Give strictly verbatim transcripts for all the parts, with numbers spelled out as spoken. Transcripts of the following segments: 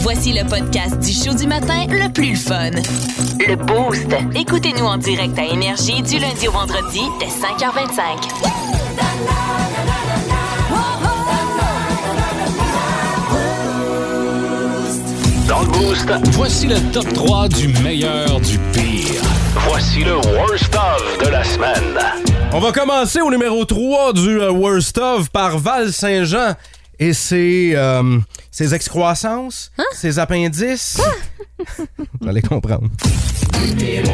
Voici le podcast du show du matin le plus le fun. Le Boost. Écoutez-nous en direct à Énergie du lundi au vendredi dès cinq heures vingt-cinq. Dans le Boost, voici le top trois du meilleur du pire. Voici le worst of de la semaine. On va commencer au numéro trois du euh, worst of par Val Saint-Jean et ses, euh, ses excroissances, hein? Ses appendices. Vous allez comprendre. Numéro,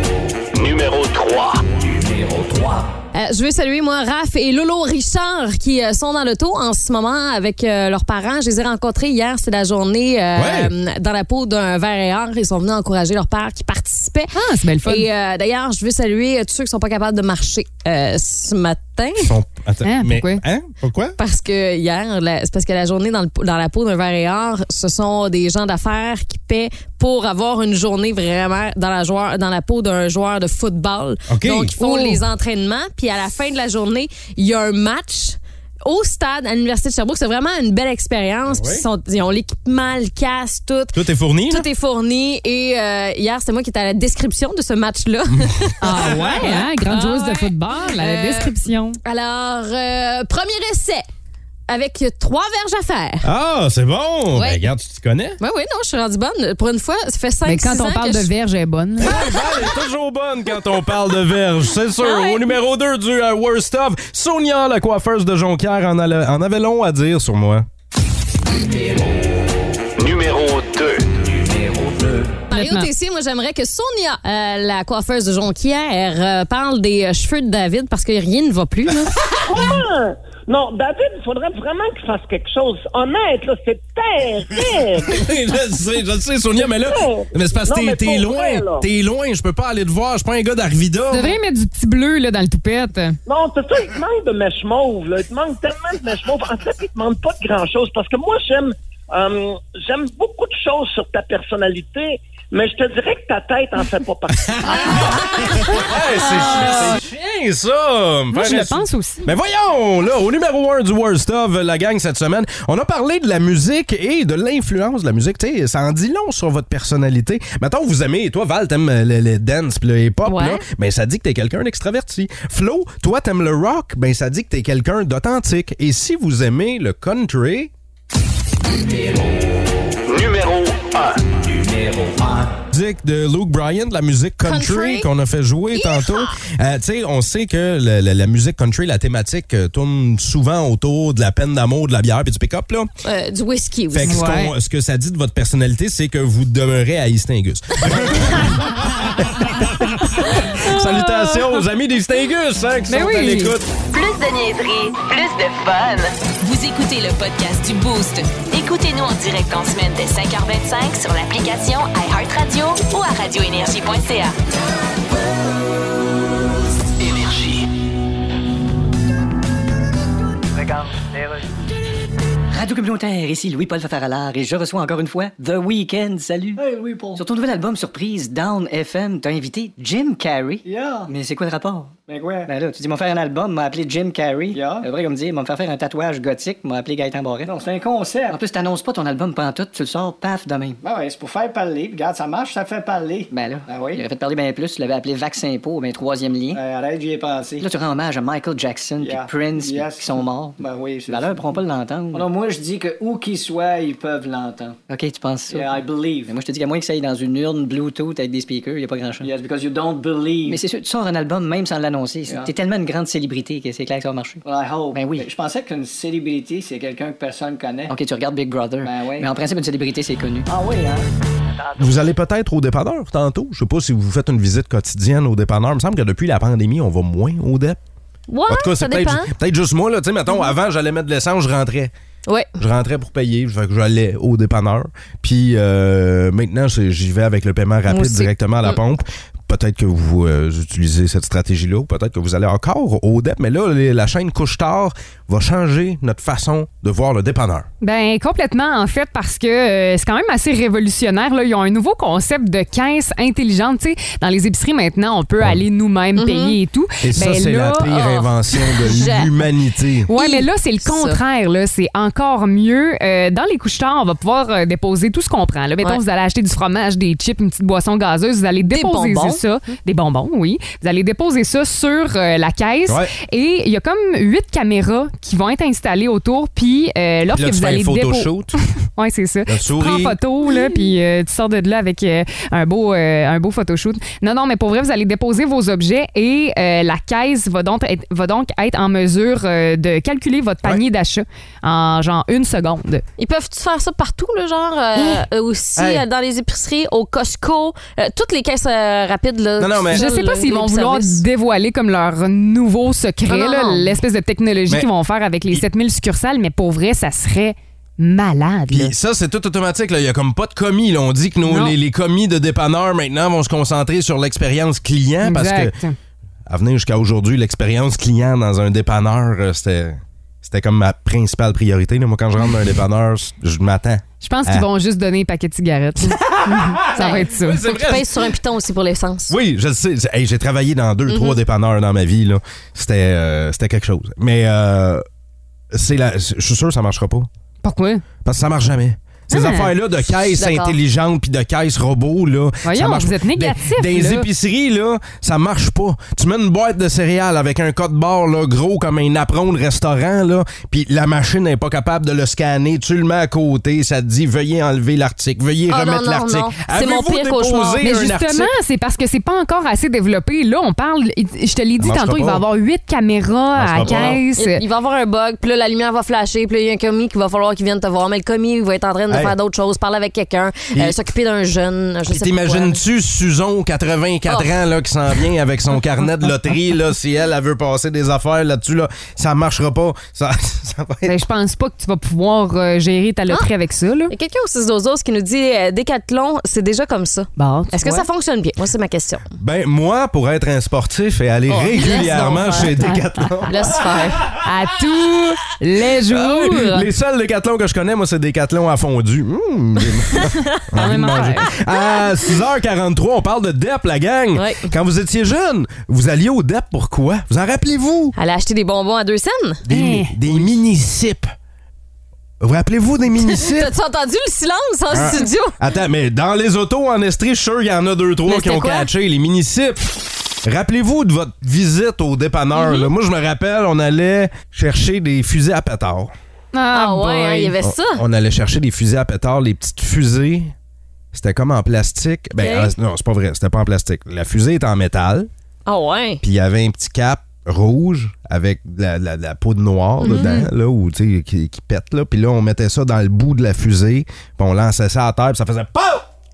numéro trois. Numéro trois. Euh, je veux saluer, moi, Raph et Lolo Richard qui euh, sont dans l'auto en ce moment avec euh, leurs parents. Je les ai rencontrés hier, c'est la journée euh, ouais. dans la peau d'un ver et or. Ils sont venus encourager leur père qui participait. Ah, c'est belle fun. Et euh, d'ailleurs, je veux saluer euh, tous ceux qui sont pas capables de marcher euh, ce matin. Sont... Attends, hein, mais... pourquoi? Hein? Pourquoi? Parce que hier, la... c'est parce que la journée dans, le... dans la peau d'un ver et or, ce sont des gens d'affaires qui paient pour avoir une journée vraiment dans la, joueur... dans la peau d'un joueur de football. Okay. Donc, ils font oh. les entraînements, puis à la fin de la journée, il y a un match au stade à l'Université de Sherbrooke. C'est vraiment une belle expérience. Oui. Ils, sont, ils ont l'équipement, le casque, tout. Tout est fourni? Tout là? est fourni. Et euh, hier, c'était moi qui étais à la description de ce match-là. Ah ouais, hein? Grande Ah joueuse ouais. de football, la Euh, description. Alors, euh, premier essai avec trois verges à faire. Ah, c'est bon! Ouais. Ben, regarde, tu te connais? Oui, oui, non, je suis rendue bonne. Pour une fois, ça fait cinq Mais quand six on ans parle que de je... verge, elle est bonne. Ouais, Val est toujours bonne quand on parle de verge, c'est sûr. Ah ouais. Au numéro deux du uh, worst of, Sonia, la coiffeuse de Jonquière, en, a, en avait long à dire sur moi. Numéro, numéro deux. Numéro deux. Mario Maintenant. Tessier, moi, j'aimerais que Sonia, euh, la coiffeuse de Jonquière, euh, parle des euh, cheveux de David parce que rien ne va plus. Là. Ah! Non, David, il faudrait vraiment qu'il fasse quelque chose. Honnête, là, c'est terrible. je le sais, je le sais, Sonia, mais là, mais c'est parce que Non, t'es, mais t'es pour loin. vrai, là. T'es loin, je peux pas aller te voir. Je suis pas un gars d'Arvida. Tu devrais mettre du petit bleu là, dans le toupette. Non, c'est ça, il te manque de mèche mauve, là. Il te manque tellement de mèche mauve. En fait, il te manque pas de grand-chose. Parce que moi, j'aime, euh, j'aime beaucoup de choses sur ta personnalité, mais je te dirais que ta tête en fait pas partie. Hey, c'est, c'est chien, ça! Moi, je Faire le un- pense aussi. Mais voyons, là, au numéro un du Worst of, la gang, cette semaine, on a parlé de la musique et de l'influence de la musique. Tu sais, ça en dit long sur votre personnalité. Mettons, vous aimez, toi, Val, t'aimes le, le dance pis le hip-hop, Ouais. là, ben ça dit que t'es quelqu'un d'extraverti. Flo, toi, t'aimes le rock, ben ça dit que t'es quelqu'un d'authentique. Et si vous aimez le country... Numéro, numéro un. Numéro un. musique de Luke Bryan, de la musique country, Country. qu'on a fait jouer tantôt. Euh, tu sais, on sait que le- le- la musique country, la thématique euh, tourne souvent autour de la peine d'amour, de la bière et du pick-up, là. Euh, du whisky aussi. Fait que ce, Ouais. qu'on- ce que ça dit de votre personnalité, c'est que vous demeurez à Eastingus. Salutations aux amis d'Eastingus, hein, qui Mais sont oui. à l'écoute. Plus de niaiserie, plus de fun. Vous écoutez le podcast du Boost. Écoutez-nous en direct en semaine dès cinq heures vingt-cinq sur l'application iHeartRadio ou à radio énergie point c a. Énergie. Radio communautaire, ici Louis-Paul Fafaralard et je reçois encore une fois The Weeknd. Salut. Hey, Louis Paul. Sur ton nouvel album surprise, Down F M, t'as invité Jim Carrey. Yeah. Mais c'est quoi le rapport? Ben quoi? Ben là, tu dis, m'en faire un album, m'a appelé Jim Carrey. Yeah. Après, comme dire, m'en faire faire un tatouage gothique, m'a appelé Gaëtan Barrette. Non, c'est un concept. En plus, t'annonces pas ton album pantoute, tu le sors, paf, de même. Ben ouais, c'est pour faire parler. Puis regarde, ça marche, ça fait parler. Ben là, Ben oui. il aurait fait parler bien plus, tu l'avais appelé Vaccin Po, ben troisième lien. Euh, arrête, j'y ai pensé. Là, tu rends hommage à Michael Jackson, Yeah. puis Prince, puis Yes. qui sont morts. Ben oui, c'est Ben là, ils pourront pas l'entendre. Non, moi, je dis que où qu'ils soient, ils peuvent l'entendre. Ok, tu penses ça? Yeah, I believe. Mais moi, je te dis qu'à moins que ça aille dans une urne Bluetooth avec des speakers, y a pas grand-chose. Yes, because you don't believe. Mais c'est sûr, tu sors un album même sans l'annoncer. Yeah. T'es tellement une grande célébrité que c'est clair que ça va marcher. Well, I hope. Ben oui. Je pensais qu'une célébrité, c'est quelqu'un que personne connaît. Ok, tu regardes Big Brother. Ben oui. Mais en principe, une célébrité, c'est connu. Ah oui, hein? Vous allez peut-être au dépanneur tantôt. Je sais pas si vous faites une visite quotidienne au dépanneur. Il me semble que depuis la pandémie, on va moins au dép. Ouais, En tout cas, ça c'est dépend. peut-être, peut-être juste moi. Là. Tu sais, mettons, avant, j'allais mettre de l'essence, je rentrais. Ouais. Je rentrais pour payer, fait que j'allais au dépanneur. Puis euh, maintenant, c'est- j'y vais avec le paiement Moi rapide aussi. directement à la Mm. pompe. Peut-être que vous euh, utilisez cette stratégie-là, ou peut-être que vous allez encore au D E P. Mais là, les- la chaîne Couche-Tard va changer notre façon de voir le dépanneur? Ben complètement, en fait, parce que euh, c'est quand même assez révolutionnaire. Là. Ils ont un nouveau concept de caisse intelligente. Tu sais, dans les épiceries, maintenant, on peut ouais. aller nous-mêmes mm-hmm. payer et tout. Et ben ça, c'est là, la pire oh, invention de l'humanité. Oui, mais là, c'est le contraire. Là. C'est encore mieux. Euh, dans les couche-tard, on va pouvoir euh, déposer tout ce qu'on prend. Là. Mettons, ouais. vous allez acheter du fromage, des chips, une petite boisson gazeuse. Vous allez déposer des bonbons. ça. Des bonbons, oui. Vous allez déposer ça sur euh, la caisse. Ouais. Et il y a comme huit caméras qui vont être installées autour. Puis Euh, lorsque puis là, tu vous fais allez un photoshoot. Dépo... oui, c'est ça. La souris. Tu prends photo, là, puis euh, tu sors de là avec euh, un beau, euh, un beau photoshoot. Non, non, mais pour vrai, vous allez déposer vos objets et euh, la caisse va donc être, va donc être en mesure euh, de calculer votre panier ouais. d'achat en genre une seconde. Ils peuvent-tu faire ça partout, là, genre euh, mmh. aussi hey. euh, dans les épiceries, au Costco, euh, toutes les caisses euh, rapides, là. Non, non, mais je sais pas s'ils vont vouloir dévoiler comme leur nouveau secret, non, non, là, non. l'espèce de technologie mais... qu'ils vont faire avec les sept mille succursales, mais pour vrai, ça serait malade. Puis ça, c'est tout automatique. Là. Il n'y a comme pas de commis. Là. On dit que nos, les, les commis de dépanneurs, maintenant, vont se concentrer sur l'expérience client exact. Parce que, à venir jusqu'à aujourd'hui, l'expérience client dans un dépanneur, c'était, c'était comme ma principale priorité. Là. Moi, quand je rentre dans un dépanneur, je m'attends. Je pense à... qu'ils vont juste donner un paquet de cigarettes. Ça va être ça. Oui, Faut qu'ils pèsent sur un piton aussi pour l'essence. Oui, je le sais. Hey, j'ai travaillé dans deux, mm-hmm. trois dépanneurs dans ma vie. Là. C'était, euh, c'était quelque chose. Mais... Euh, C'est la, je suis sûr que ça marchera pas. Pourquoi? Parce que ça marche jamais. Ces ah, affaires-là de caisse intelligente puis de caisse robot, là, voyons, ça marche vous êtes négatif. Dans les épiceries, là, ça marche pas. Tu mets une boîte de céréales avec un code barre là, gros comme un apron de restaurant, là, puis la machine n'est pas capable de le scanner. Tu le mets à côté, ça te dit veuillez enlever l'article, veuillez oh, remettre non, non, l'article. Non. C'est mon pire cauchemar. Mais justement, c'est parce que c'est pas encore assez développé. Là, on parle, je te l'ai dit tantôt, pas. Il va y avoir huit caméras à la caisse. Il, il va y avoir un bug, puis là, la lumière va flasher, puis là, il y a un commis qui va falloir qu'il vienne te voir. Mais le commis il va être en train de hey. faire d'autres choses, parler avec quelqu'un, euh, s'occuper d'un jeune. Je sais t'imagines-tu Suzon, quatre-vingt-quatre oh. ans, là, qui s'en vient avec son carnet de loterie, là, si elle, elle veut passer des affaires là-dessus, là, ça marchera pas. Ça, ça va être... ben, je pense pas que tu vas pouvoir euh, gérer ta loterie ah. avec ça. Là. Il y a quelqu'un au six douze douze qui nous dit euh, Décathlon, c'est déjà comme ça. Bon, Est-ce que vois? ça fonctionne bien? Moi, c'est ma question. Ben, moi, pour être un sportif et aller oh, régulièrement chez Décathlon. Laisse faire. À tous les jours. Ah, les seuls Décathlon que je connais, moi, c'est Décathlon à fondu. Mmh, à six heures quarante-trois, on parle de D E P, la gang. Oui. Quand vous étiez jeune, vous alliez au D E P pourquoi? Vous en rappelez-vous? Aller acheter des bonbons à deux cents? Des, hey. des mini-cips. Vous rappelez-vous des mini-cips? T'as-tu entendu le silence en ah. studio? Attends, mais dans les autos en Estrie, je suis sûr qu'il y en a deux, trois qui ont quoi? catché les mini-cips. Rappelez-vous de votre visite au dépanneur. Mm-hmm. Là. Moi, je me rappelle, on allait chercher des fusées à pétard. Ah, ah ouais, il y avait ça. On, on allait chercher des fusées à pétard, les petites fusées. C'était comme en plastique. Ben, okay. euh, non, c'est pas vrai, c'était pas en plastique. La fusée était en métal. Ah ouais. Puis il y avait un petit cap rouge avec de la, la, la poudre noire mm-hmm. dedans, là, où, qui, qui pète. Là. Puis là, on mettait ça dans le bout de la fusée. Puis on lançait ça à terre, puis ça faisait POUM!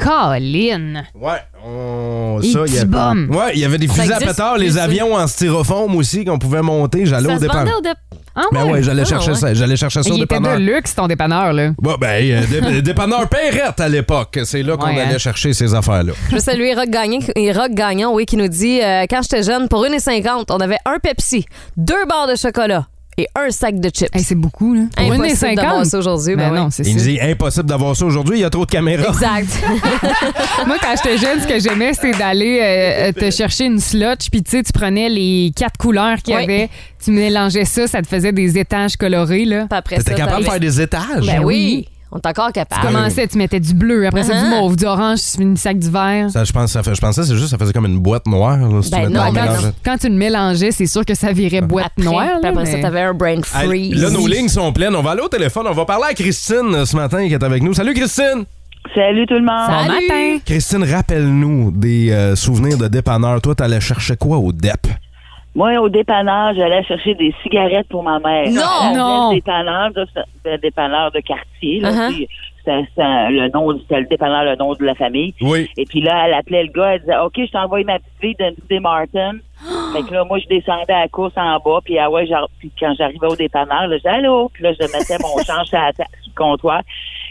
Colin! Ouais, on... ça, il y avait... Ouais, il y avait des fusées à pétard, les avions en styrofoam aussi qu'on pouvait monter. J'allais ça au dépanneur. Ah ben ouais, ouais j'allais, ah chercher ouais. ça, j'allais chercher ça au dépanneur. Il était de luxe, ton dépanneur, là. Bon, ben, euh, dé- dépanneur Perrette à l'époque. C'est là qu'on ouais, allait hein. chercher ces affaires-là. Je veux saluer Rock Gagnon, Rock Gagnon oui, qui nous dit euh, quand j'étais jeune, pour une cinquante, on avait un Pepsi, deux barres de chocolat et un sac de chips. Hey, c'est beaucoup, là. Pour impossible une cinquante d'avoir ça aujourd'hui. Ben ben non, ouais. c'est Il ça. nous dit impossible d'avoir ça aujourd'hui, il y a trop de caméras. Exact. Moi, quand j'étais jeune, ce que j'aimais, c'était d'aller euh, te chercher une slotch, puis tu sais, tu prenais les quatre couleurs qu'il y oui. avait, tu mélangeais ça, ça te faisait des étages colorés, là. Après T'étais ça, capable de faire des étages? Ben oui. On est encore capable. Tu commençais, tu mettais du bleu, après uh-huh. ça du mauve, du orange, tu finis sac du vert. Ça, je, pense, ça fait, je pensais que c'est juste ça faisait comme une boîte noire. Là, si ben tu non, quand, tu, quand tu le mélangeais, c'est sûr que ça virait boîte après, noire. Là, après mais... ça, t'avais un brain freeze. Là, nos lignes sont pleines. On va aller au téléphone. On va parler à Christine ce matin qui est avec nous. Salut Christine! Salut tout le monde! Bon matin! Christine, rappelle-nous des euh, souvenirs de dépanneur. Toi, t'allais chercher quoi au D E P? Moi, au dépanneur, j'allais chercher des cigarettes pour ma mère. Non! non. Le dépanneur, c'était le dépanneur de quartier. Là, uh-huh. puis, c'était, c'était, le nom, c'était le dépanneur, le nom de la famille. Oui. Et puis là, elle appelait le gars, elle disait, OK, je t'envoie ma petite fille de Tim Martin. Fait que là, moi, je descendais à la course en bas, puis ah ouais, genre, puis quand j'arrivais au dépanneur, là, je disais, allô? Puis là, je mettais mon change à la ta- sur le comptoir.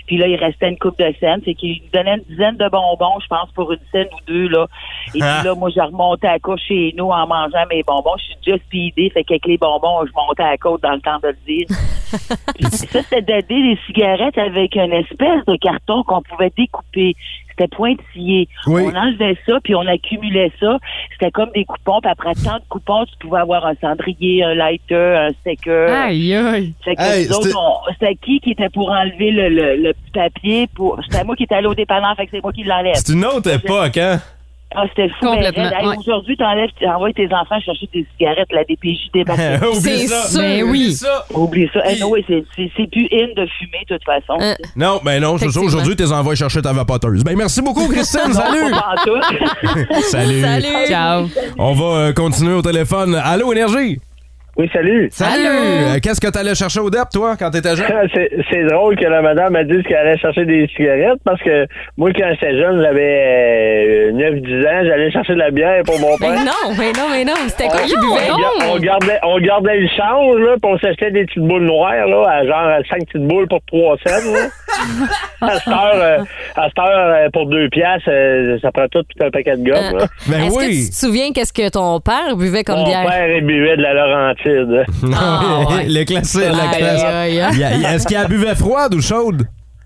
Puis là, il restait une coupe de scènes. C'est qu'il nous donnait une dizaine de bonbons, je pense, pour une scène ou deux, là. Et Ah. puis là, moi, j'ai remonté à la côte chez nous en mangeant mes bonbons. Je suis déjà speedée, fait qu'avec les bonbons, je montais à la côte dans le temps de le dire. Puis ça, c'était d'aider des cigarettes avec une espèce de carton qu'on pouvait découper. C'était pointillé. Oui. On enlevait ça, puis on accumulait ça. C'était comme des coupons, puis après tant de coupons, tu pouvais avoir un cendrier, un lighter, un sticker. Aïe, aïe. Fait que Hey, nous autres, c'était- on- c'était qui qui était pour enlever le, le, le petit papier? Pour... C'était moi qui étais allé au dépanneur, fait que c'est moi qui l'enlève. C'est une autre époque, hein? Ah, c'était fou. Complètement, mais raide. Hey, ouais. Aujourd'hui, t'enlèves, tu envoies tes enfants chercher des cigarettes, la D P J débarque. Oublie C'est ça. sûr. Ben Oublie oui. ça. Oublie ça. Hey, no way, c'est, c'est, c'est plus in de fumer, de toute façon. Euh. Non, ben non, c'est ça. Effectivement. Aujourd'hui, t'es envoies chercher ta vapoteuse. Ben merci beaucoup, Christine. Salut. Pas en tout. Salut. Salut. Ciao. On va euh, continuer au téléphone. Allô, Énergie? Oui, salut. Salut. Allô. Euh, Qu'est-ce que t'allais chercher au D E P, toi, quand t'étais jeune? c'est, c'est drôle que la madame m'a dit qu'elle allait chercher des cigarettes parce que moi, quand j'étais jeune, j'avais euh, neuf dix ans, j'allais chercher de la bière pour mon père. Mais non, mais non, mais non. C'était quoi on, qui buvait? on, ga- on gardait, on gardait le change, là, puis on s'achetait des petites boules noires, là, à genre cinq petites boules pour trois cents, là. À cette heure, euh, à cette heure euh, pour deux piastres, euh, ça prend tout, tout un paquet de gomme, là. Ben Est-ce oui. que tu te souviens qu'est-ce que ton père buvait comme Mon bière? père, il buvait de la Laurentide. Ah, ouais. Le classique. le Aïe, classique. aïe, aïe. Y a- y a- Est-ce qu'il a buvait froide ou chaude?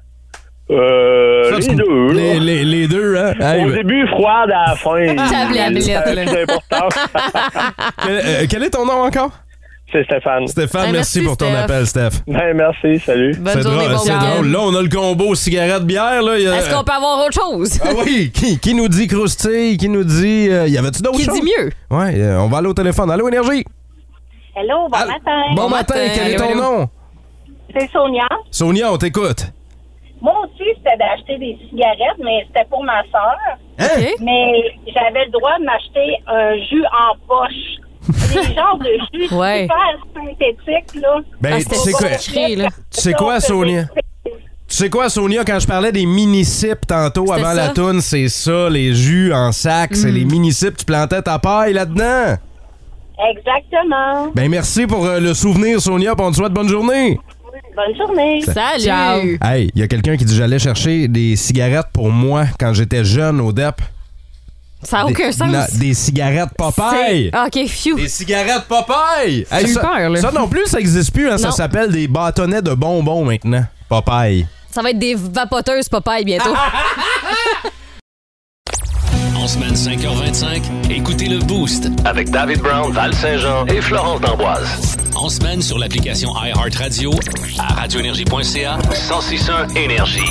Euh, Ça, les c'est- deux, là. Les, les- les deux, hein? Hey, Au ben, début, froide, à la fin. Tablette. C'est important. quel, euh, quel est ton nom encore? C'est Stéphane. Stéphane, Hey, merci, merci, pour ton Steph. appel, Steph. Ben, merci, salut. Bonne C'est journée, drôle, bon c'est week-end. drôle. Là, on a le combo cigarette-bière. Là, il y a- Est-ce qu'on peut avoir autre chose? Ah oui, qui, qui nous dit croustille, qui nous dit... euh, y avait-tu d'autres Qui choses? dit mieux? Ouais, euh, on va aller au téléphone. Allô, Énergie? Hello, bon Allô? matin. Bon matin, matin. quel est Allô, ton allô. nom? C'est Sonia. Sonia, on t'écoute. Moi aussi, c'était d'acheter des cigarettes, mais c'était pour ma soeur. Hein? OK. Mais j'avais le droit de m'acheter un jus en poche. Des genres de jus Ouais. super synthétiques, là. Ben, Ah, tu c'était sais quoi? sucré, là. Tu sais quoi, Sonia? Tu sais quoi, Sonia, quand je parlais des mini-sips tantôt C'était avant la ça? toune, c'est ça, les jus en sac, c'est les mini-sips. Tu plantais ta paille là-dedans. Exactement. Ben, merci pour euh, le souvenir, Sonia, puis on te souhaite bonne journée. Bonne journée. Salut! Ciao. Hey, il y a quelqu'un qui dit j'allais chercher des cigarettes pour moi quand j'étais jeune au D E P. Ça n'a aucun Des- sens. na- des cigarettes Popeye. C'est- Ah, OK, phew. Des cigarettes Popeye. Hey, ça, Super, là. ça non plus, ça n'existe plus. Hein, ça Non. s'appelle des bâtonnets de bonbons maintenant. Popeye. Ça va être des vapoteuses Popeye bientôt. En semaine cinq heures vingt-cinq, écoutez le Boost avec David Brown, Val Saint-Jean et Florence D'Amboise. En semaine sur l'application iHeartRadio à radio énergie point c a cent six point un Énergie.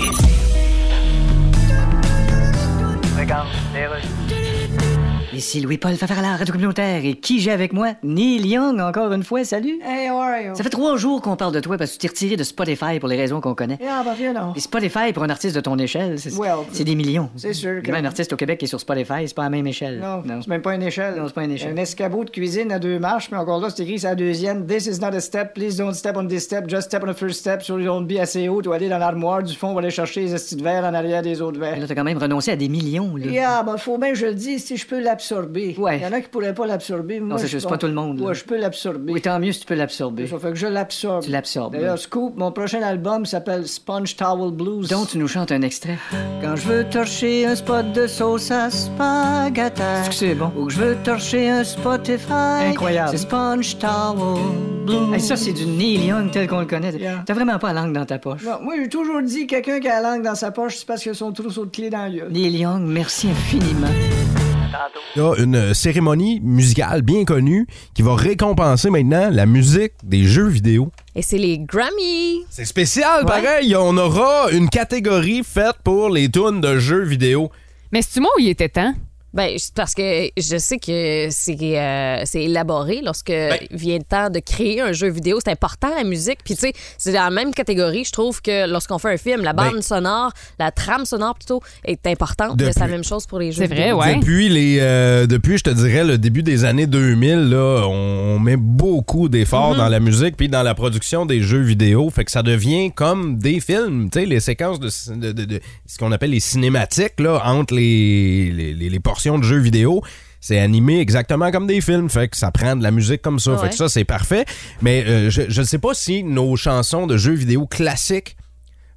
Ici Louis-Paul Fafarala, Radio Communautaire. Et qui j'ai avec moi? Neil Young, encore une fois. Salut. Hey, how are you? Ça fait trois jours qu'on parle de toi parce que tu t'es retiré de Spotify pour les raisons qu'on connaît. Yeah, but you know. Et Spotify, pour un artiste de ton échelle, c'est Well, c'est des millions. c'est sûr que- Même un artiste au Québec qui est sur Spotify, c'est pas la même échelle. Non, non. c'est même pas une échelle. Non, c'est pas une échelle. Un escabeau de cuisine à deux marches, mais encore là, c'est écrit, c'est la deuxième. This is not a step. Please don't step on this step. Just step on the first step. So you don't be assez haut. Tu vas aller dans l'armoire du fond, on va aller chercher les estis de verre en arrière des autres Mais verres. là, t'as quand même renoncé à des millions, là. Yeah, ben, faut bien que je le dise, si je peux l'absorber. Ouais. Il y en a qui pourraient pas l'absorber. Moi, c'est je juste pense- pas tout le monde, là. Ouais, je peux l'absorber. Oui, tant mieux si tu peux l'absorber. Ça fait que je l'absorbe. Tu l'absorbes. D'ailleurs, Scoop, mon prochain album s'appelle Sponge Towel Blues. Donc, tu nous chantes un extrait. Quand je veux torcher un spot de sauce à spaghetti. Est-ce que c'est bon? Ou que je veux torcher un Spotify. Incroyable. C'est Sponge Towel Blues. Hey, ça, c'est du Neil Young tel qu'on le connaît. Yeah. T'as vraiment pas la langue dans ta poche. Non, moi, j'ai toujours dit quelqu'un qui a la langue dans sa poche, c'est parce qu'il a son trousseau de clés dans la gueule. Neil Young, merci infiniment. Il y a une cérémonie musicale bien connue qui va récompenser maintenant la musique des jeux vidéo. Et c'est les Grammy. C'est spécial, pareil. On aura une catégorie faite pour les tunes de jeux vidéo. Mais c'est-tu moi où il était temps? Ben, c'est parce que je sais que c'est euh, c'est élaboré lorsque vient le temps de créer un jeu vidéo. C'est important, la musique. Puis, tu sais, c'est dans la même catégorie. Je trouve que lorsqu'on fait un film, la bande Ben, sonore, la trame sonore plutôt, est importante. Depuis- Mais c'est la même chose pour les jeux C'est vrai, vidéo. ouais. Depuis, les, euh, depuis, je te dirais, le début des années deux mille, là, on, on met beaucoup d'efforts Mhm. dans la musique puis dans la production des jeux vidéo. Fait que ça devient comme des films. Tu sais, les séquences de, de- de- de- ce qu'on appelle les cinématiques là, entre les, les, les- les portions de jeux vidéo. C'est animé exactement comme des films. Fait que ça prend de la musique comme ça. Ah fait ouais. que ça, c'est parfait. Mais euh, je ne sais pas si nos chansons de jeux vidéo classiques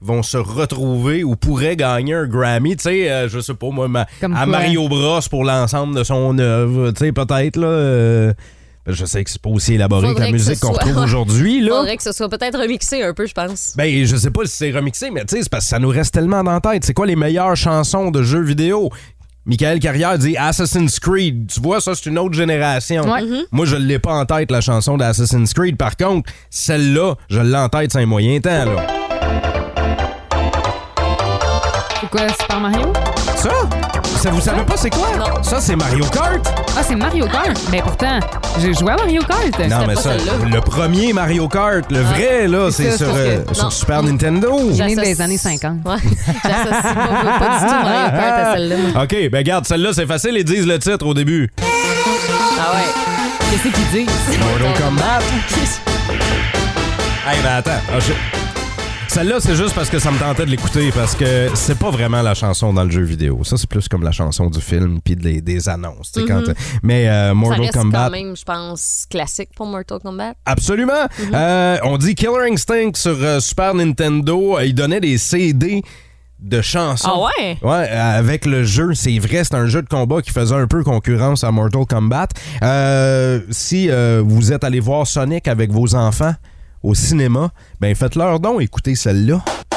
vont se retrouver ou pourraient gagner un Grammy, tu sais, euh, je sais pas, moi, ma, à Mario Bros pour l'ensemble de son œuvre, tu sais, peut-être, là... Euh, je sais que c'est pas aussi élaboré Faudrait que la musique qu'on retrouve soit... aujourd'hui, là. Faudrait que ce soit peut-être remixé un peu, je pense. Ben, je sais pas si c'est remixé, mais tu sais, c'est parce que ça nous reste tellement dans la tête. C'est quoi les meilleures chansons de jeux vidéo? Michael Carrière dit Assassin's Creed. Tu vois, ça, c'est une autre génération. Ouais. Mm-hmm. Moi, je l'ai pas en tête, la chanson d'Assassin's Creed. Par contre, celle-là, je l'ai en tête, c'est un moyen temps, là. C'est quoi, Super Mario? Ça? Ça vous savez pas c'est quoi? Non. Ça, c'est Mario Kart. Ah, c'est Mario Kart? Mais pourtant, j'ai joué à Mario Kart. Non, mais ça, le premier Mario Kart, le ah, vrai, là, c'est, c'est sur, euh, sur Super Nintendo. J'ai né des années cinquante. Ouais. J'associe pas, pas du tout Mario Kart à celle-là. OK, ben garde, celle-là, c'est facile. Ils disent le titre au début. Ah ouais. Qu'est-ce qu'ils disent? Mortal Kombat. Hey, ben attends. Ah, je... Celle-là, c'est juste parce que ça me tentait de l'écouter, parce que c'est pas vraiment la chanson dans le jeu vidéo. Ça, c'est plus comme la chanson du film puis des, des annonces. Mm-hmm. Quand, mais euh, Mortal ça reste Kombat... quand même, je pense, classique pour Mortal Kombat. Absolument. Mm-hmm. Euh, on dit Killer Instinct sur euh, Super Nintendo. Il donnait des C D de chansons. Ah ouais? Ouais, avec le jeu. C'est vrai, c'est un jeu de combat qui faisait un peu concurrence à Mortal Kombat. Euh, si euh, vous êtes allé voir Sonic avec vos enfants au cinéma, ben faites-leur donc écouter celle-là.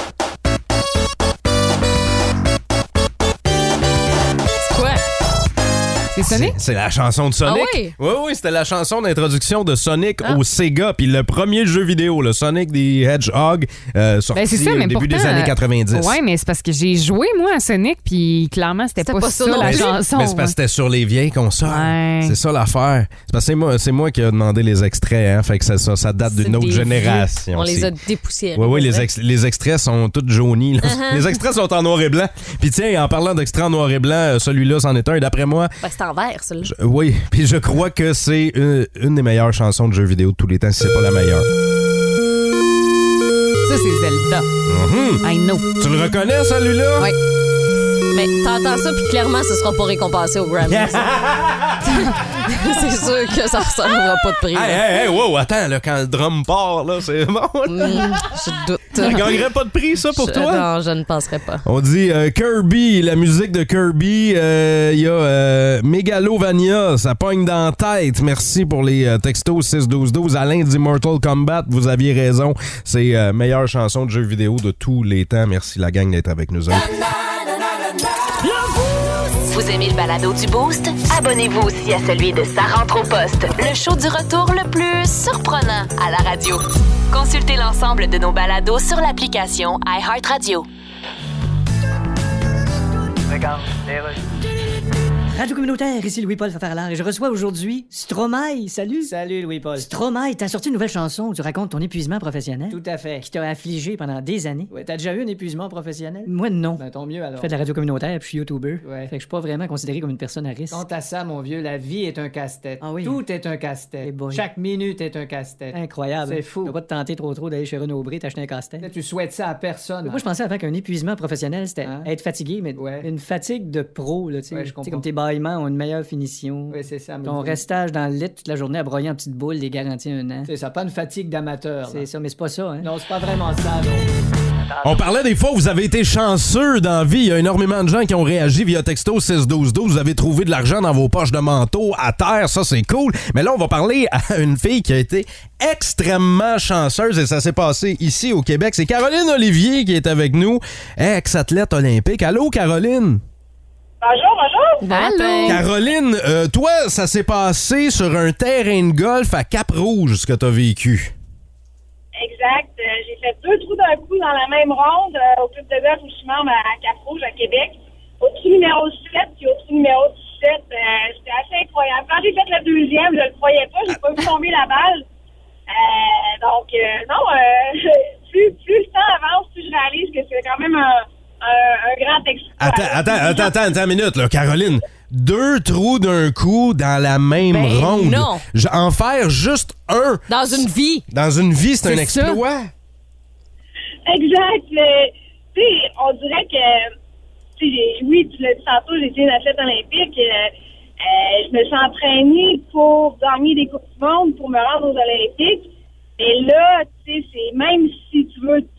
C'est quoi? C'est Sonic? C'est, c'est la chanson de Sonic. Ah oui? Oui, oui, c'était la chanson d'introduction de Sonic ah. au Sega, puis le premier jeu vidéo, le Sonic the Hedgehog, euh, sorti ben c'est ça, au début pourtant, des années quatre-vingt-dix. Oui, mais c'est parce que j'ai joué, moi, à Sonic, puis clairement, c'était, c'était pas, pas ça, la mais, chanson. Mais c'est parce que c'était sur les vieilles consoles. Ouais. C'est ça l'affaire. C'est parce que c'est moi, c'est moi qui ai demandé les extraits, hein, fait que ça, ça, ça date d'une autre génération. Vieux. On les c'est... a dépoussiérés. Oui, oui, les, ex- les extraits sont tous jaunis. Uh-huh. Les extraits sont en noir et blanc. Puis tiens, en parlant d'extraits en noir et blanc, celui-là, c'en est un. Et d'après moi... Ben, c'est en vert, celui-là. Je, oui, puis je crois que c'est une, une des meilleures chansons de jeux vidéo de tous les temps, si c'est pas la meilleure. Ça, c'est Zelda. Mm-hmm. I know. Tu le reconnais, celui-là? Oui. Mais t'entends ça, puis clairement, ce sera pas récompensé au Grammy. C'est sûr que ça ressemblera pas de prix. Hey, hey, hey, wow, attends, là, quand le drum part, là, c'est bon. Mmh, je doute. Ça gagnerait pas de prix, ça, pour je, toi? Non, je ne penserais pas. On dit euh, Kirby, la musique de Kirby. Il euh, y a euh, Megalovania, ça pogne dans la tête. Merci pour les euh, textos six douze douze. Alain dit Mortal Kombat, vous aviez raison. C'est la euh, meilleure chanson de jeu vidéo de tous les temps. Merci, la gang, d'être avec nous autres. Vous aimez le balado du Boost? Abonnez-vous aussi à celui de Sa rentre au poste, le show du retour le plus surprenant à la radio. Consultez l'ensemble de nos balados sur l'application iHeartRadio. Regarde, les rues. Radio communautaire, ici Louis-Paul Fafarlard et je reçois aujourd'hui Stromae. Salut. Salut Louis-Paul. Stromae, t'as sorti une nouvelle chanson où tu racontes ton épuisement professionnel. Tout à fait. Qui t'a affligé pendant des années. Ouais, t'as déjà eu un épuisement professionnel? Moi, non. Ben, tant mieux alors. Je fais de la radio communautaire puis je suis YouTuber. Ouais. Fait que je suis pas vraiment considéré comme une personne à risque. Quant à ça, mon vieux, la vie est un casse-tête. Ah oui? Tout est un casse-tête. Chaque minute est un casse-tête. Incroyable. C'est fou. Tu vas pas te tenter trop trop d'aller chez Renaud Bré t'acheter un casse-tête. Là, tu souhaites ça à personne. Mais moi, je pensais avant qu'un épuisement professionnel, c'était hein? être fatigué, mais ouais. une fatigue de pro, là, tu sais. Ouais, je comprends. Comme tes bâillements ont une meilleure finition. Oui, c'est ça. Ton restage dans le lit toute la journée à broyer en petites boules, les garanties un an. C'est ça, pas une fatigue d'amateur. C'est là. Ça, mais c'est pas ça, hein? Non, c'est pas vraiment ça, non. On parlait des fois où vous avez été chanceux dans la vie. Il y a énormément de gens qui ont réagi via texto six douze douze. Vous avez trouvé de l'argent dans vos poches de manteau à terre. Ça, c'est cool. Mais là, on va parler à une fille qui a été extrêmement chanceuse et ça s'est passé ici au Québec. C'est Caroline Olivier qui est avec nous, ex-athlète olympique. Allô, Caroline? Bonjour, bonjour. Allô. Caroline, euh, toi, ça s'est passé sur un terrain de golf à Cap-Rouge, ce que t'as vécu. Exact. Euh, j'ai fait deux trous d'un coup dans la même ronde euh, au club de golf où je suis membre à Cap-Rouge, à Québec. Au trou numéro sept puis au trou numéro dix-sept, euh, c'était assez incroyable. Quand j'ai fait le deuxième, je le croyais pas, j'ai pas vu tomber la balle. Euh, donc, euh, non, euh, plus, plus le temps avance, plus je réalise que c'est quand même un... Un, un grand exploit. Attends, attends, attends, attends, attends une minute, là, Caroline. Deux trous d'un coup dans la même ben ronde. Non. En faire juste un. Dans une vie. Dans une vie, c'est, c'est un exploit. Ça. Exact. Mais, tu sais, on dirait que, tu sais, oui, tu l'as dit tantôt, j'ai été une athlète olympique. Euh, euh, je me suis entraînée pour gagner des Coupes du monde, pour me rendre aux Olympiques. Et là, tu sais, c'est même si tu veux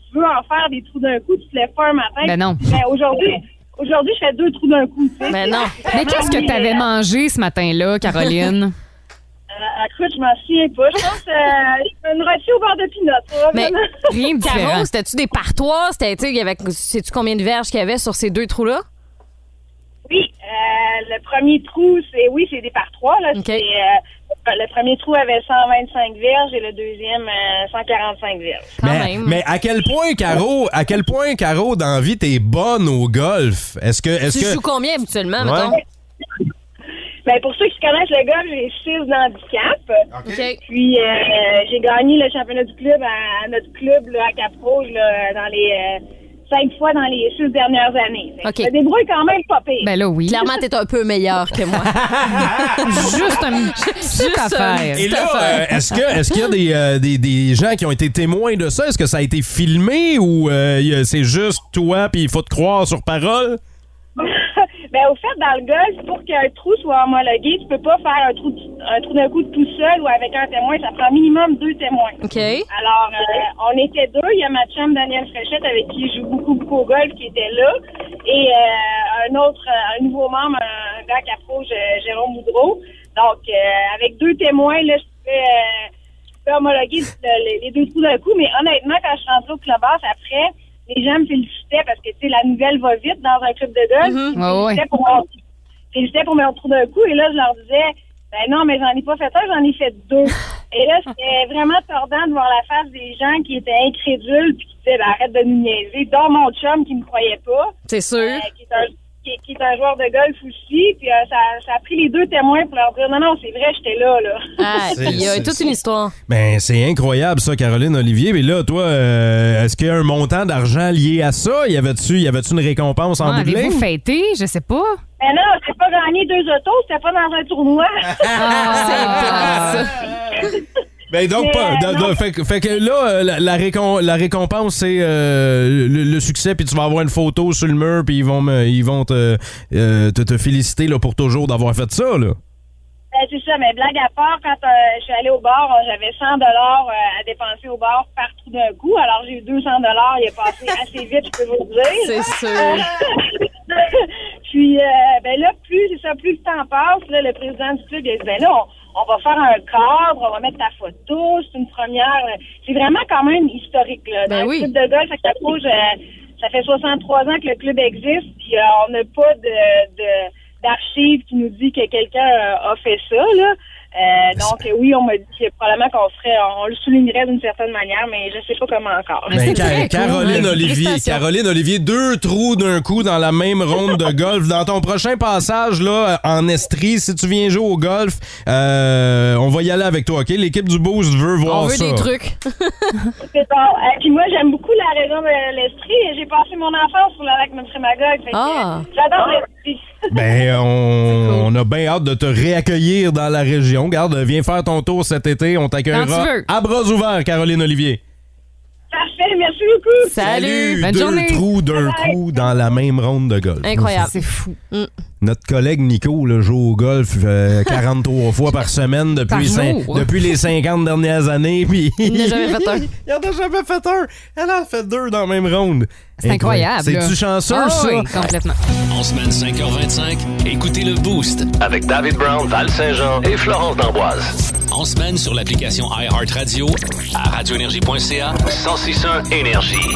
tu veux en faire des trous d'un coup, tu te lèves pas un matin. Ben non. Ben, aujourd'hui, aujourd'hui, je fais deux trous d'un coup. Tu sais. Ben non. Mais qu'est-ce que tu avais mangé ce matin-là, Caroline? Euh, écoute, je m'en souviens pas. Je pense euh, une rôtie au beurre de pinot. Mais rien de différent. Caro, c'était-tu des partoirs? C'était, tu sais, il y avait, sais-tu combien de verges qu'il y avait sur ces deux trous-là? Oui, euh, le premier trou, c'est oui, c'est des par trois. Là. Okay. C'est, euh, le premier trou avait cent vingt-cinq verges et le deuxième euh, cent quarante-cinq verges. Mais, mais à quel point, Caro, à quel point, Caro, dans la vie, t'es bonne au golf? Est-ce que, est-ce tu que... joues combien habituellement, Ouais. mettons? Ben, pour ceux qui connaissent le golf, j'ai six d'handicap. Okay. Puis, euh, j'ai gagné le championnat du club à, à notre club là, à Cap-Rouge là, dans les euh, cinq fois dans les six dernières années. Fait que Okay. Je me débrouille quand même pas pire. Ben là, oui. Clairement, t'es un peu meilleur que moi. Juste une petite affaire. Et là, euh, est-ce que est-ce qu'il y a des, euh, des, des gens qui ont été témoins de ça? Est-ce que ça a été filmé ou euh, y a- c'est juste toi puis il faut te croire sur parole? Ben, au fait, dans le golf, pour qu'un trou soit homologué, tu peux pas faire un trou, un trou d'un coup tout seul ou avec un témoin. Ça prend minimum deux témoins. OK. Alors, euh, on était deux. Il y a ma chum Danielle Fréchette avec qui je joue beaucoup, beaucoup au golf qui était là. Et euh, un autre, un nouveau membre, un gars qui approche, euh, Jérôme Boudreau. Donc, euh, avec deux témoins, là, je pouvais, euh, je pouvais homologuer le- les, les deux trous d'un coup. Mais honnêtement, quand je suis rentrée au clubhouse après, les gens me félicitaient parce que, tu sais, la nouvelle va vite dans un club de golf. Mhm. Ils me Ouais, félicitaient ouais. pour mon, félicitaient pour mon trou d'un coup. Et là, je leur disais, ben non, mais j'en ai pas fait un, j'en ai fait deux. Et là, c'était vraiment tordant de voir la face des gens qui étaient incrédules puis qui disaient, ben arrête de nous niaiser. Dont mon chum qui me croyait pas. C'est sûr. Euh, qui, est un, qui, qui est un joueur de golf aussi. Puis euh, ça, ça a pris les deux témoins pour leur dire, non, non, c'est vrai, j'étais là, là. Ah, C'est- puis il y a c'est- toute une histoire. Ben, c'est incroyable ça, Caroline Olivier. Mais là, toi, euh, est-ce qu'il y a un montant d'argent lié à ça? Y avait-tu, y avait-tu une récompense en Ah, bout de avez-vous ligne? fêté? Je sais pas. Mais non, j'ai pas gagné deux autos, c'était pas dans un tournoi. Ah, Ben donc, Mais, pas, euh, de- non. de- fait, que- fait que là, euh, la, la, récom- la récompense, c'est euh, le, le succès, puis tu vas avoir une photo sur le mur, puis ils vont, me, ils vont te, euh, te, te féliciter là, pour toujours d'avoir fait ça. Là. Ben, c'est ça, mais blague à part, quand euh, je suis allée au bar, euh, j'avais cent dollars euh, à dépenser au bar par trou d'un coup. Alors, j'ai eu deux cents dollars. Il est passé assez vite, je peux vous le dire. C'est sûr. Puis, euh, ben là, plus, c'est ça, plus le temps passe, là, le président du club, il a dit, ben là, on, on va faire un cadre, on va mettre ta photo, c'est une première. euh, C'est vraiment quand même historique, là. Ben Dans oui. le club de golf à Cap-Rouge, euh, ça fait soixante-trois ans que le club existe, puis euh, on n'a pas de... de d'archives qui nous dit que quelqu'un euh, a fait ça, là. Euh, donc, euh, oui, on m'a dit que probablement qu'on ferait, on le soulignerait d'une certaine manière, mais je sais pas comment encore. Ben, Ca- Caroline Olivier, Caroline Olivier, deux trous d'un coup dans la même ronde de golf. Dans ton prochain passage là en Estrie, si tu viens jouer au golf, euh, on va y aller avec toi, OK? L'équipe du Boost veut voir On veut ça. des trucs. C'est bon. Euh, puis moi, j'aime beaucoup la région de l'Estrie. J'ai passé mon enfance sur le lac Memphremagog. Fait que, Ah. euh, j'adore l'Estrie. Ben, on, on a bien hâte de te réaccueillir dans la région. Garde, viens faire ton tour cet été. On Quand t'accueillera tu veux. à bras ouverts, Caroline Olivier. Parfait, merci beaucoup. Salut. Bonne Deux journée. trous d'un coup dans la même ronde de golf. Incroyable. C'est fou. Notre collègue Nico là, joue au golf euh, quarante-trois fois par semaine depuis, Par cin- jour. depuis les cinquante dernières années. Puis Il n'a jamais fait un. Il en a jamais fait un. Elle en a fait deux dans la même ronde. C'est incroyable. C'est-tu là. chanceux, Ah ça? oui, complètement. En semaine cinq heures vingt-cinq, écoutez le Boost avec David Brown, Val Saint-Jean et Florence D'Amboise. En semaine sur l'application iHeartRadio à radio énergie point c a cent six point un Énergie.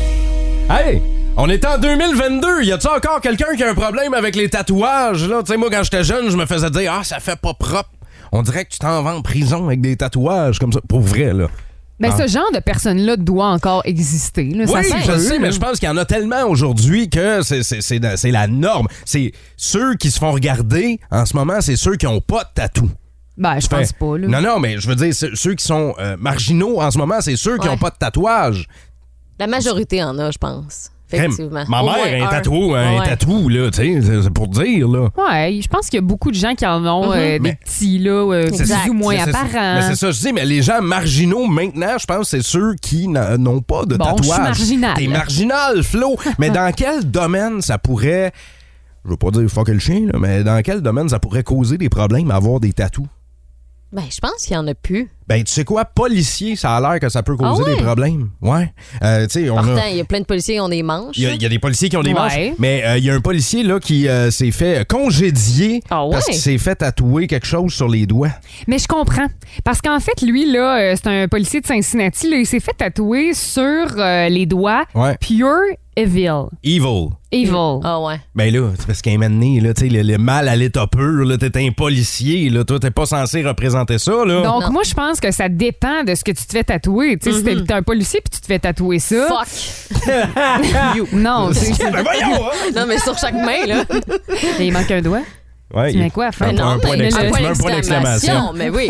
Hey! On est en deux mille vingt-deux. Y a-tu encore quelqu'un qui a un problème avec les tatouages? Là? Tu sais, moi, quand j'étais jeune, je me faisais dire « Ah, ça fait pas propre. » On dirait que tu t'en vas en prison avec des tatouages comme ça. Pour vrai, là. Ben, Ah. ce genre de personne-là doit encore exister. Là. Oui, Ça se je peut, sais, là. mais je pense qu'il y en a tellement aujourd'hui que c'est, c'est, c'est, c'est la norme. C'est ceux qui se font regarder en ce moment, c'est ceux qui ont pas de tatou. Ben, je pense Fait- pas. Là. Non, non, mais je veux dire, c'est- ceux qui sont euh, marginaux en ce moment, c'est ceux qui Ouais. ont pas de tatouage. La majorité en a, je pense. Effectivement. Ma Au mère moins a un un. tatou, un Ouais. tatou, là, tu sais, c'est- c'est pour dire, là. Ouais, je pense qu'il y a beaucoup de gens qui en ont euh, des Mais- petits, là, euh, C'est- plus ou moins mais c'est- apparents. Mais c'est ça, je dis, mais les gens marginaux, maintenant, je pense que c'est ceux qui n'a- n'ont pas de Bon, tatouage. je suis marginal. T'es marginal, Flo. Mais dans quel domaine ça pourrait... Je veux pas dire fuck le chien, là, mais dans quel domaine ça pourrait causer des problèmes à avoir des tatous? Ben, je pense qu'il y en a plus. Ben, tu sais quoi, policier, ça a l'air que ça peut causer Ah ouais? des problèmes. Ouais. Euh, tu sais, on Pourtant, a... il y a plein de policiers qui ont des manches. Il y, a, il y a des policiers qui ont des Ouais. manches, mais euh, il y a un policier là qui euh, s'est fait congédier Ah ouais? parce qu'il s'est fait tatouer quelque chose sur les doigts. Mais je comprends. Parce qu'en fait, lui, là, euh, c'est un policier de Cincinnati. Là, il s'est fait tatouer sur euh, les doigts Ouais. Pure Evil. Evil. Evil. Ah ouais. Ben là, c'est parce qu'à un moment donné, là, tu sais, le, le mal à l'état pur, là, t'es un policier, là, toi, t'es pas censé représenter ça, là. Donc, Non. moi, je pense que ça dépend de ce que tu te fais tatouer. Tu sais, si t'es- t'es un policier puis tu te fais tatouer ça. Fuck. You. Non, c'est- Ben voyons, hein? Non, mais sur chaque main, là. il manque un doigt. Ouais, Tu mets quoi à faire? un, Ben non, un point mais d'excla- un point un point d'exclamation. Mais oui.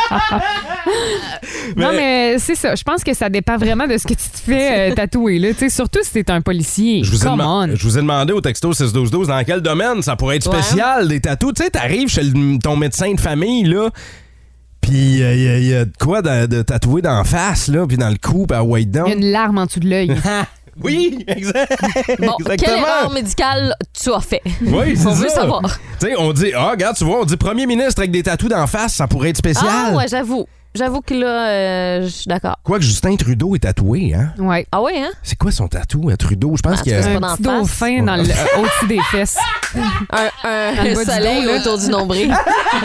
Non, mais c'est ça. Je pense que ça dépend vraiment de ce que tu te fais euh, tatouer. Là. Tu sais, surtout si t'es un policier. Je vous, ai Come deman- on. je vous ai demandé au texto six douze douze dans quel domaine ça pourrait être Ouais. spécial, des tatous. Tu sais, t'arrives chez le- ton médecin de famille, là, puis il y, a- y a de quoi de, de tatouer d'en face, là, puis dans le cou, puis à white down. Il y a une larme en dessous de l'œil. Oui, exact. Bon, quelle exactement. erreur médicale tu as fait? Oui, c'est On veut ça. savoir. Tu sais, on dit, ah, regarde, tu vois, on dit premier ministre avec des tatous d'en face, ça pourrait être spécial. Ah ouais, j'avoue. J'avoue que là, euh, je suis d'accord. Quoique Justin Trudeau est tatoué, hein? Ouais. Ah ouais, hein? C'est quoi son tatou à Trudeau? Je pense Ah, qu'il y c'est a... pas Un dans petit la face. dauphin dans le- euh, au-dessus des fesses. Un, un Dans le bas du soleil dos, là. autour du nombril.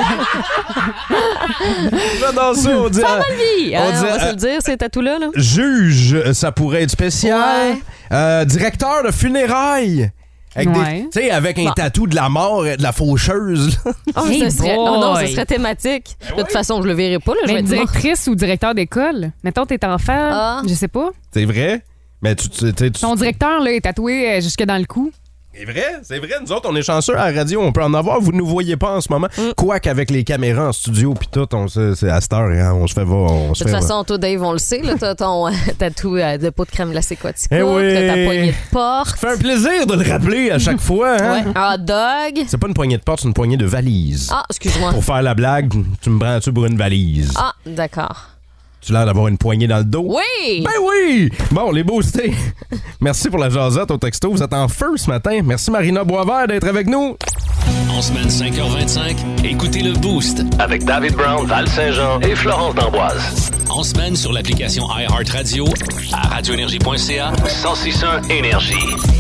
J'adore ça, on dit... Ça euh, va le vie, hein, on on, dit, va se euh, le dire, ces tatous-là. Là. Juge, ça pourrait être spécial. Ouais. Euh, directeur de funérailles. Avec, des- Ouais. tu sais, avec un Bon. tatou de la mort, de la faucheuse. là. Oh, Hey ce serait, boy. non, non, ce serait thématique. De toute façon, je le verrai pas. Là, je vais Mais être morte. directrice ou directeur d'école. Mettons, t'es enfant, Ah. je sais pas. C'est vrai? Mais tu... tu, tu, tu- Ton directeur, là, est tatoué euh, jusque dans le cou. C'est vrai, c'est vrai. Nous autres, on est chanceux à la radio, on peut en avoir. Vous ne nous voyez pas en ce moment. Mm. Quoique avec les caméras en studio puis tout, on se, c'est à cette heure, hein, on se fait voir. On De se toute fait façon, toi, Dave, on le sait. Là, t'as ton euh, tatou euh, de peau de crème glacée Quatico. Eh oui. T'as ta poignée de porte. Ça fait un plaisir de le rappeler à chaque fois. Hein? Ouais, un hot dog. C'est pas une poignée de porte, c'est une poignée de valise. Ah, excuse-moi. Pour faire la blague, tu me prends-tu pour une valise? Ah, d'accord. Tu as l'air d'avoir une poignée dans le dos? Oui! Ben oui! Bon, les boostés. Merci pour la jasette au texto. Vous êtes en feu ce matin. Merci Marina Boisvert d'être avec nous. En semaine cinq heures vingt-cinq, écoutez le Boost avec David Brown, Val Saint-Jean et Florence D'Amboise. En semaine sur l'application iHeartRadio, à radioénergie point c a, cent six point un Énergie.